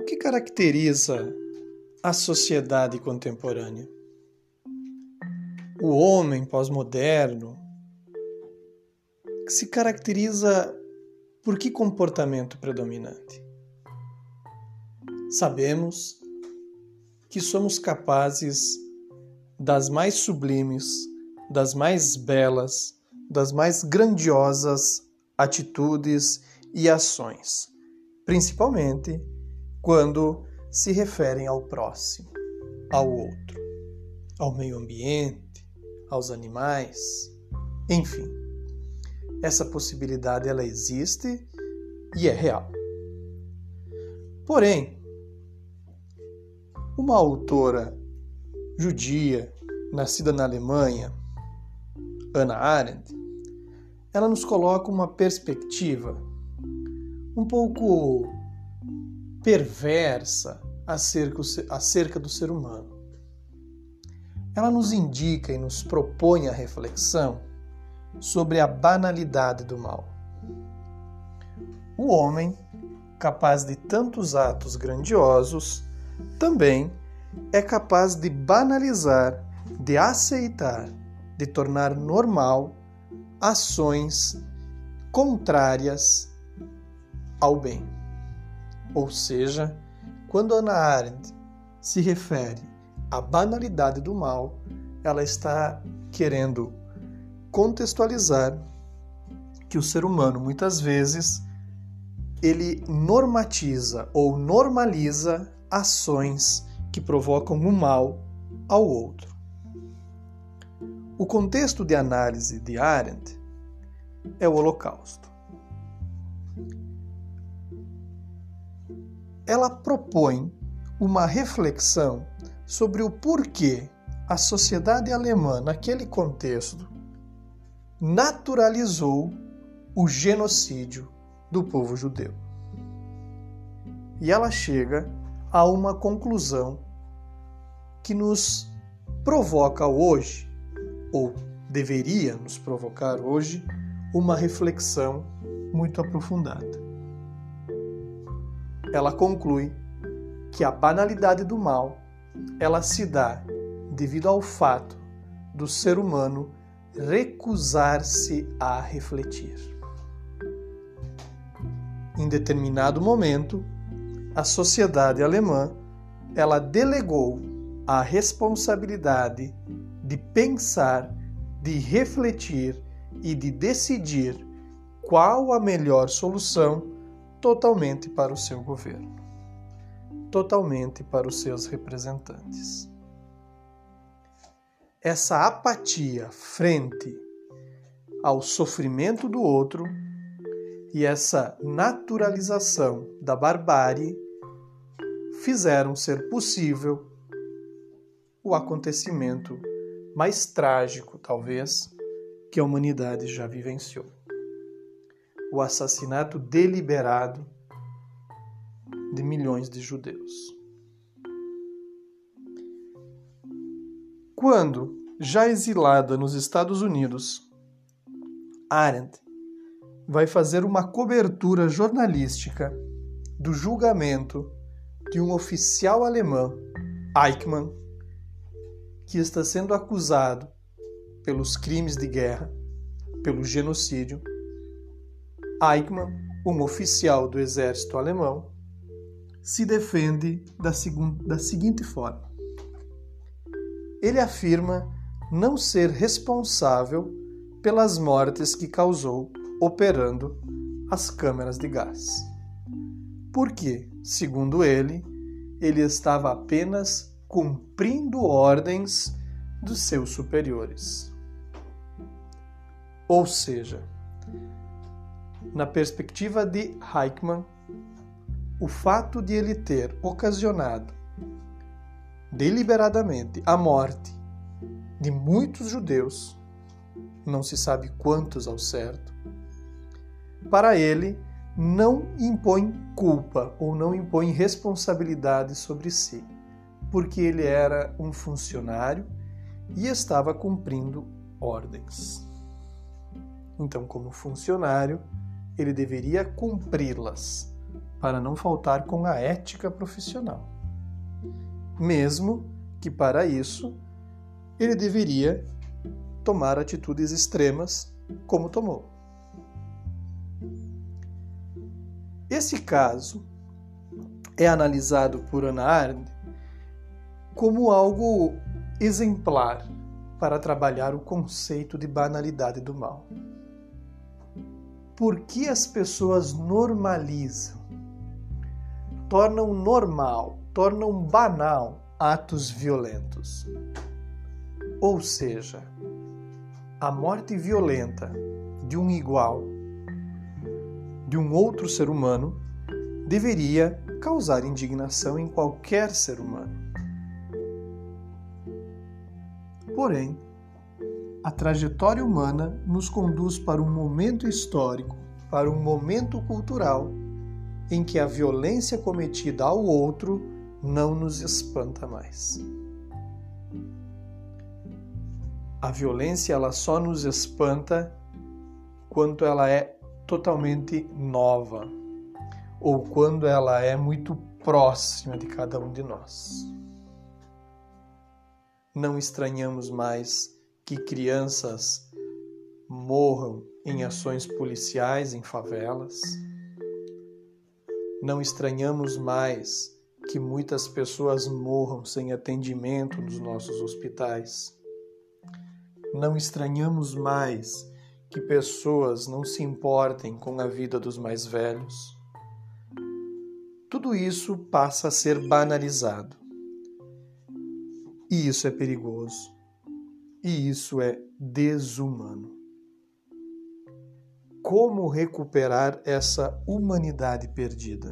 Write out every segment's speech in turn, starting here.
que caracteriza a sociedade contemporânea? O homem pós-moderno se caracteriza por que comportamento predominante? Sabemos que somos capazes das mais sublimes, das mais belas, das mais grandiosas atitudes e ações, principalmente quando se referem ao próximo, ao outro, ao meio ambiente, aos animais, enfim. Essa possibilidade ela existe e é real. Porém, uma autora judia, nascida na Alemanha, Hannah Arendt, ela nos coloca uma perspectiva um pouco perversa acerca do ser humano. Ela nos indica e nos propõe a reflexão sobre a banalidade do mal. O homem, capaz de tantos atos grandiosos, também é capaz de banalizar, de aceitar, de tornar normal ações contrárias ao bem. Ou seja, quando Hannah Arendt se refere à banalidade do mal, ela está querendo contextualizar que o ser humano, muitas vezes, ele normatiza ou normaliza ações que provocam o mal ao outro. O contexto de análise de Arendt é o Holocausto. Ela propõe uma reflexão sobre o porquê a sociedade alemã, naquele contexto, naturalizou o genocídio do povo judeu. E ela chega a uma conclusão que nos provoca hoje, ou deveria nos provocar hoje, uma reflexão muito aprofundada. Ela conclui que a banalidade do mal, ela se dá devido ao fato do ser humano recusar-se a refletir. Em determinado momento, a sociedade alemã, ela delegou a responsabilidade de pensar, de refletir e de decidir qual a melhor solução totalmente para o seu governo, totalmente para os seus representantes. Essa apatia frente ao sofrimento do outro e essa naturalização da barbárie fizeram ser possível o acontecimento mais trágico, talvez, que a humanidade já vivenciou. O assassinato deliberado de milhões de judeus. Quando, já exilada nos Estados Unidos, Arendt vai fazer uma cobertura jornalística do julgamento de um oficial alemão, Eichmann, que está sendo acusado pelos crimes de guerra, pelo genocídio. Eichmann, um oficial do exército alemão, se defende da seguinte forma. Ele afirma não ser responsável pelas mortes que causou operando as câmeras de gás. Porque, segundo ele estava apenas cumprindo ordens dos seus superiores. Ou seja, na perspectiva de Eichmann, o fato de ele ter ocasionado deliberadamente a morte de muitos judeus, não se sabe quantos ao certo, para ele não impõe culpa ou não impõe responsabilidade sobre si, porque ele era um funcionário e estava cumprindo ordens. Então, como funcionário, ele deveria cumpri-las, para não faltar com a ética profissional, mesmo que para isso ele deveria tomar atitudes extremas como tomou. Esse caso é analisado por Hannah Arendt como algo exemplar para trabalhar o conceito de banalidade do mal. Por que as pessoas normalizam, tornam normal, tornam banal atos violentos? Ou seja, a morte violenta de um igual, de um outro ser humano, deveria causar indignação em qualquer ser humano. Porém, a trajetória humana nos conduz para um momento histórico, para um momento cultural, em que a violência cometida ao outro não nos espanta mais. A violência ela só nos espanta quando ela é totalmente nova ou quando ela é muito próxima de cada um de nós. Não estranhamos mais que crianças morram em ações policiais em favelas. Não estranhamos mais que muitas pessoas morram sem atendimento nos nossos hospitais. Não estranhamos mais que pessoas não se importem com a vida dos mais velhos. Tudo isso passa a ser banalizado. E isso é perigoso. E isso é desumano. Como recuperar essa humanidade perdida?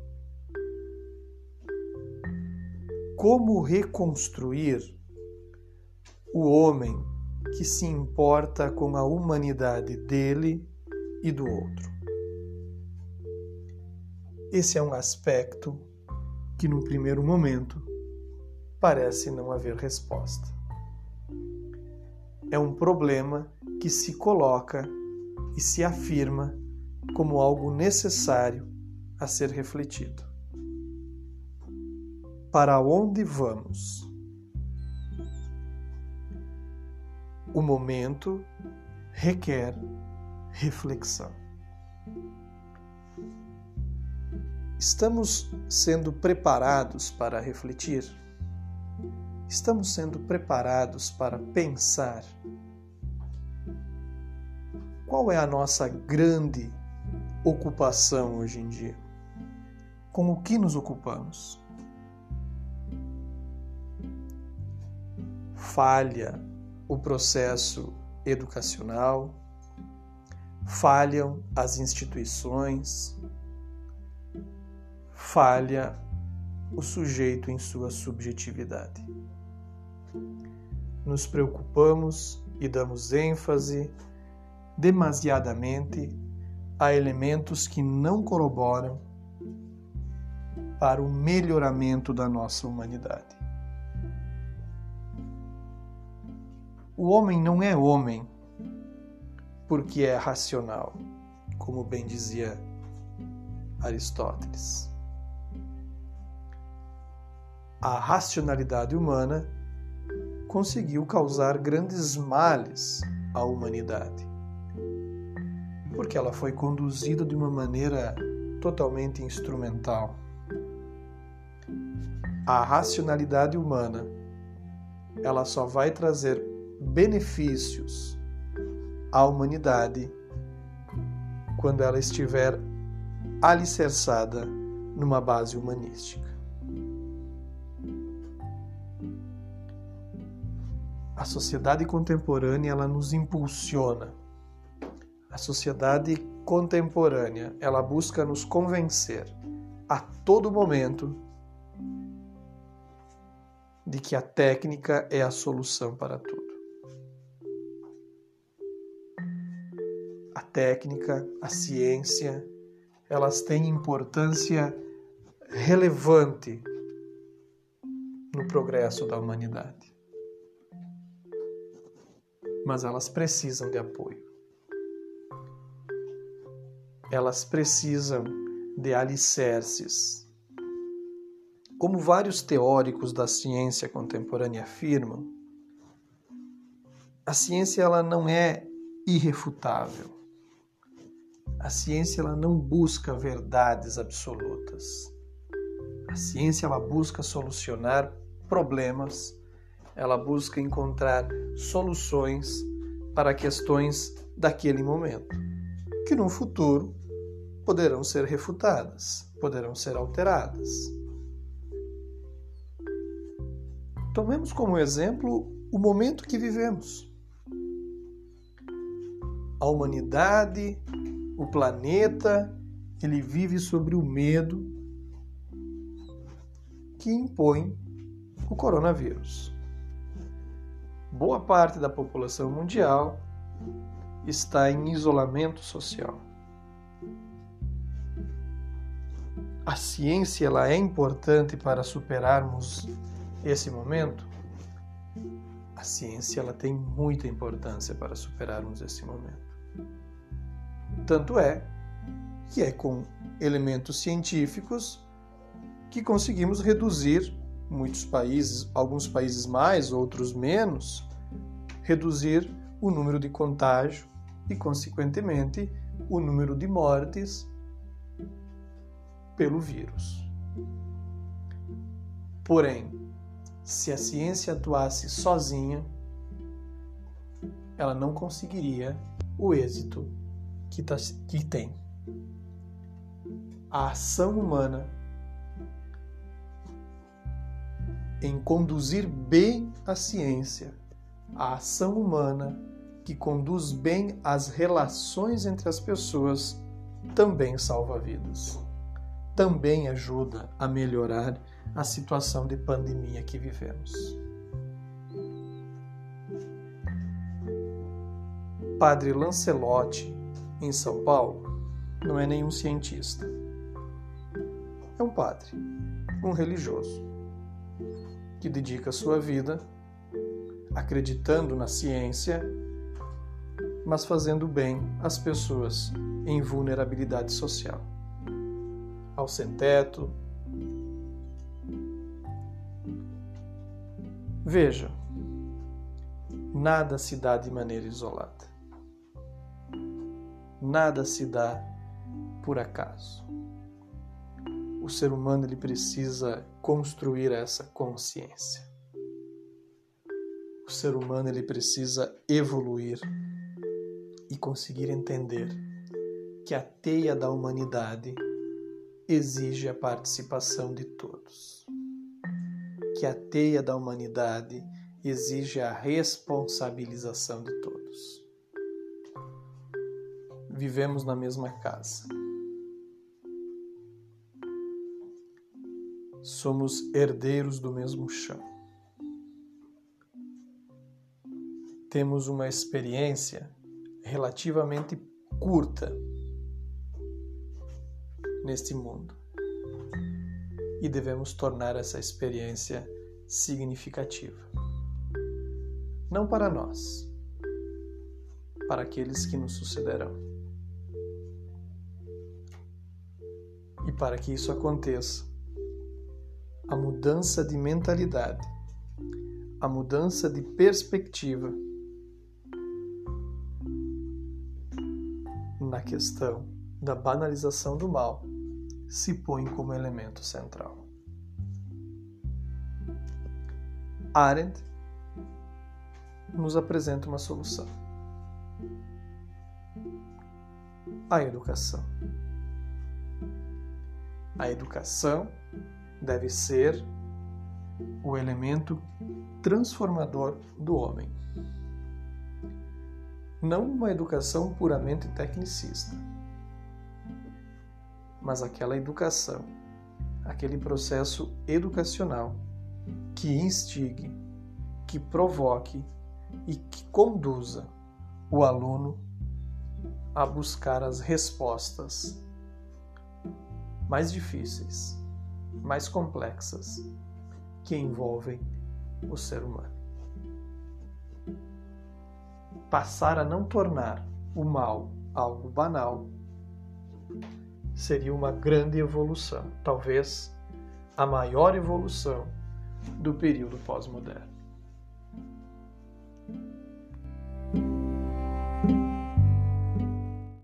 Como reconstruir o homem que se importa com a humanidade dele e do outro? Esse é um aspecto que, no primeiro momento, parece não haver resposta. É um problema que se coloca e se afirma como algo necessário a ser refletido. Para onde vamos? O momento requer reflexão. Estamos sendo preparados para refletir? Estamos sendo preparados para pensar? Qual é a nossa grande ocupação hoje em dia? Com o que nos ocupamos? Falha o processo educacional? Falham as instituições? Falha o sujeito em sua subjetividade? Nos preocupamos e damos ênfase demasiadamente a elementos que não colaboram para o melhoramento da nossa humanidade. O homem não é homem porque é racional, como bem dizia Aristóteles. A racionalidade humana conseguiu causar grandes males à humanidade, porque ela foi conduzida de uma maneira totalmente instrumental. A racionalidade humana, ela só vai trazer benefícios à humanidade quando ela estiver alicerçada numa base humanística. A sociedade contemporânea, ela nos impulsiona. A sociedade contemporânea, ela busca nos convencer a todo momento de que a técnica é a solução para tudo. A técnica, a ciência, elas têm importância relevante no progresso da humanidade. Mas elas precisam de apoio. Elas precisam de alicerces. Como vários teóricos da ciência contemporânea afirmam, a ciência ela não é irrefutável. A ciência ela não busca verdades absolutas. A ciência ela busca solucionar problemas, ela busca encontrar soluções para questões daquele momento, que no futuro poderão ser refutadas, poderão ser alteradas. Tomemos como exemplo o momento que vivemos. A humanidade, o planeta, ele vive sobre o medo que impõe o coronavírus. Boa parte da população mundial está em isolamento social. A ciência ela é importante para superarmos esse momento? A ciência ela tem muita importância para superarmos esse momento. Tanto é que é com elementos científicos que conseguimos reduzir muitos países, alguns países mais, outros menos, reduzir o número de contágio e, consequentemente, o número de mortes pelo vírus. Porém, se a ciência atuasse sozinha, ela não conseguiria o êxito que tem. A ação humana em conduzir bem a ciência, a ação humana que conduz bem as relações entre as pessoas, também salva vidas. Também ajuda a melhorar a situação de pandemia que vivemos. Padre Lancelotti, em São Paulo, não é nenhum cientista. É um padre, um religioso, que dedica a sua vida acreditando na ciência, mas fazendo bem às pessoas em vulnerabilidade social, ao sem-teto. Veja, nada se dá de maneira isolada. Nada se dá por acaso. O ser humano ele precisa construir essa consciência. O ser humano ele precisa evoluir e conseguir entender que a teia da humanidade exige a participação de todos. Que a teia da humanidade exige a responsabilização de todos. Vivemos na mesma casa. Somos herdeiros do mesmo chão. Temos uma experiência relativamente curta neste mundo e devemos tornar essa experiência significativa. Não para nós, para aqueles que nos sucederão. E para que isso aconteça, a mudança de mentalidade, a mudança de perspectiva na questão da banalização do mal se põe como elemento central. Arendt nos apresenta uma solução: a educação. A educação deve ser o elemento transformador do homem. Não uma educação puramente tecnicista, mas aquela educação, aquele processo educacional que instigue, que provoque e que conduza o aluno a buscar as respostas mais difíceis, mais complexas, que envolvem o ser humano. Passar a não tornar o mal algo banal, seria uma grande evolução, talvez a maior evolução do período pós-moderno.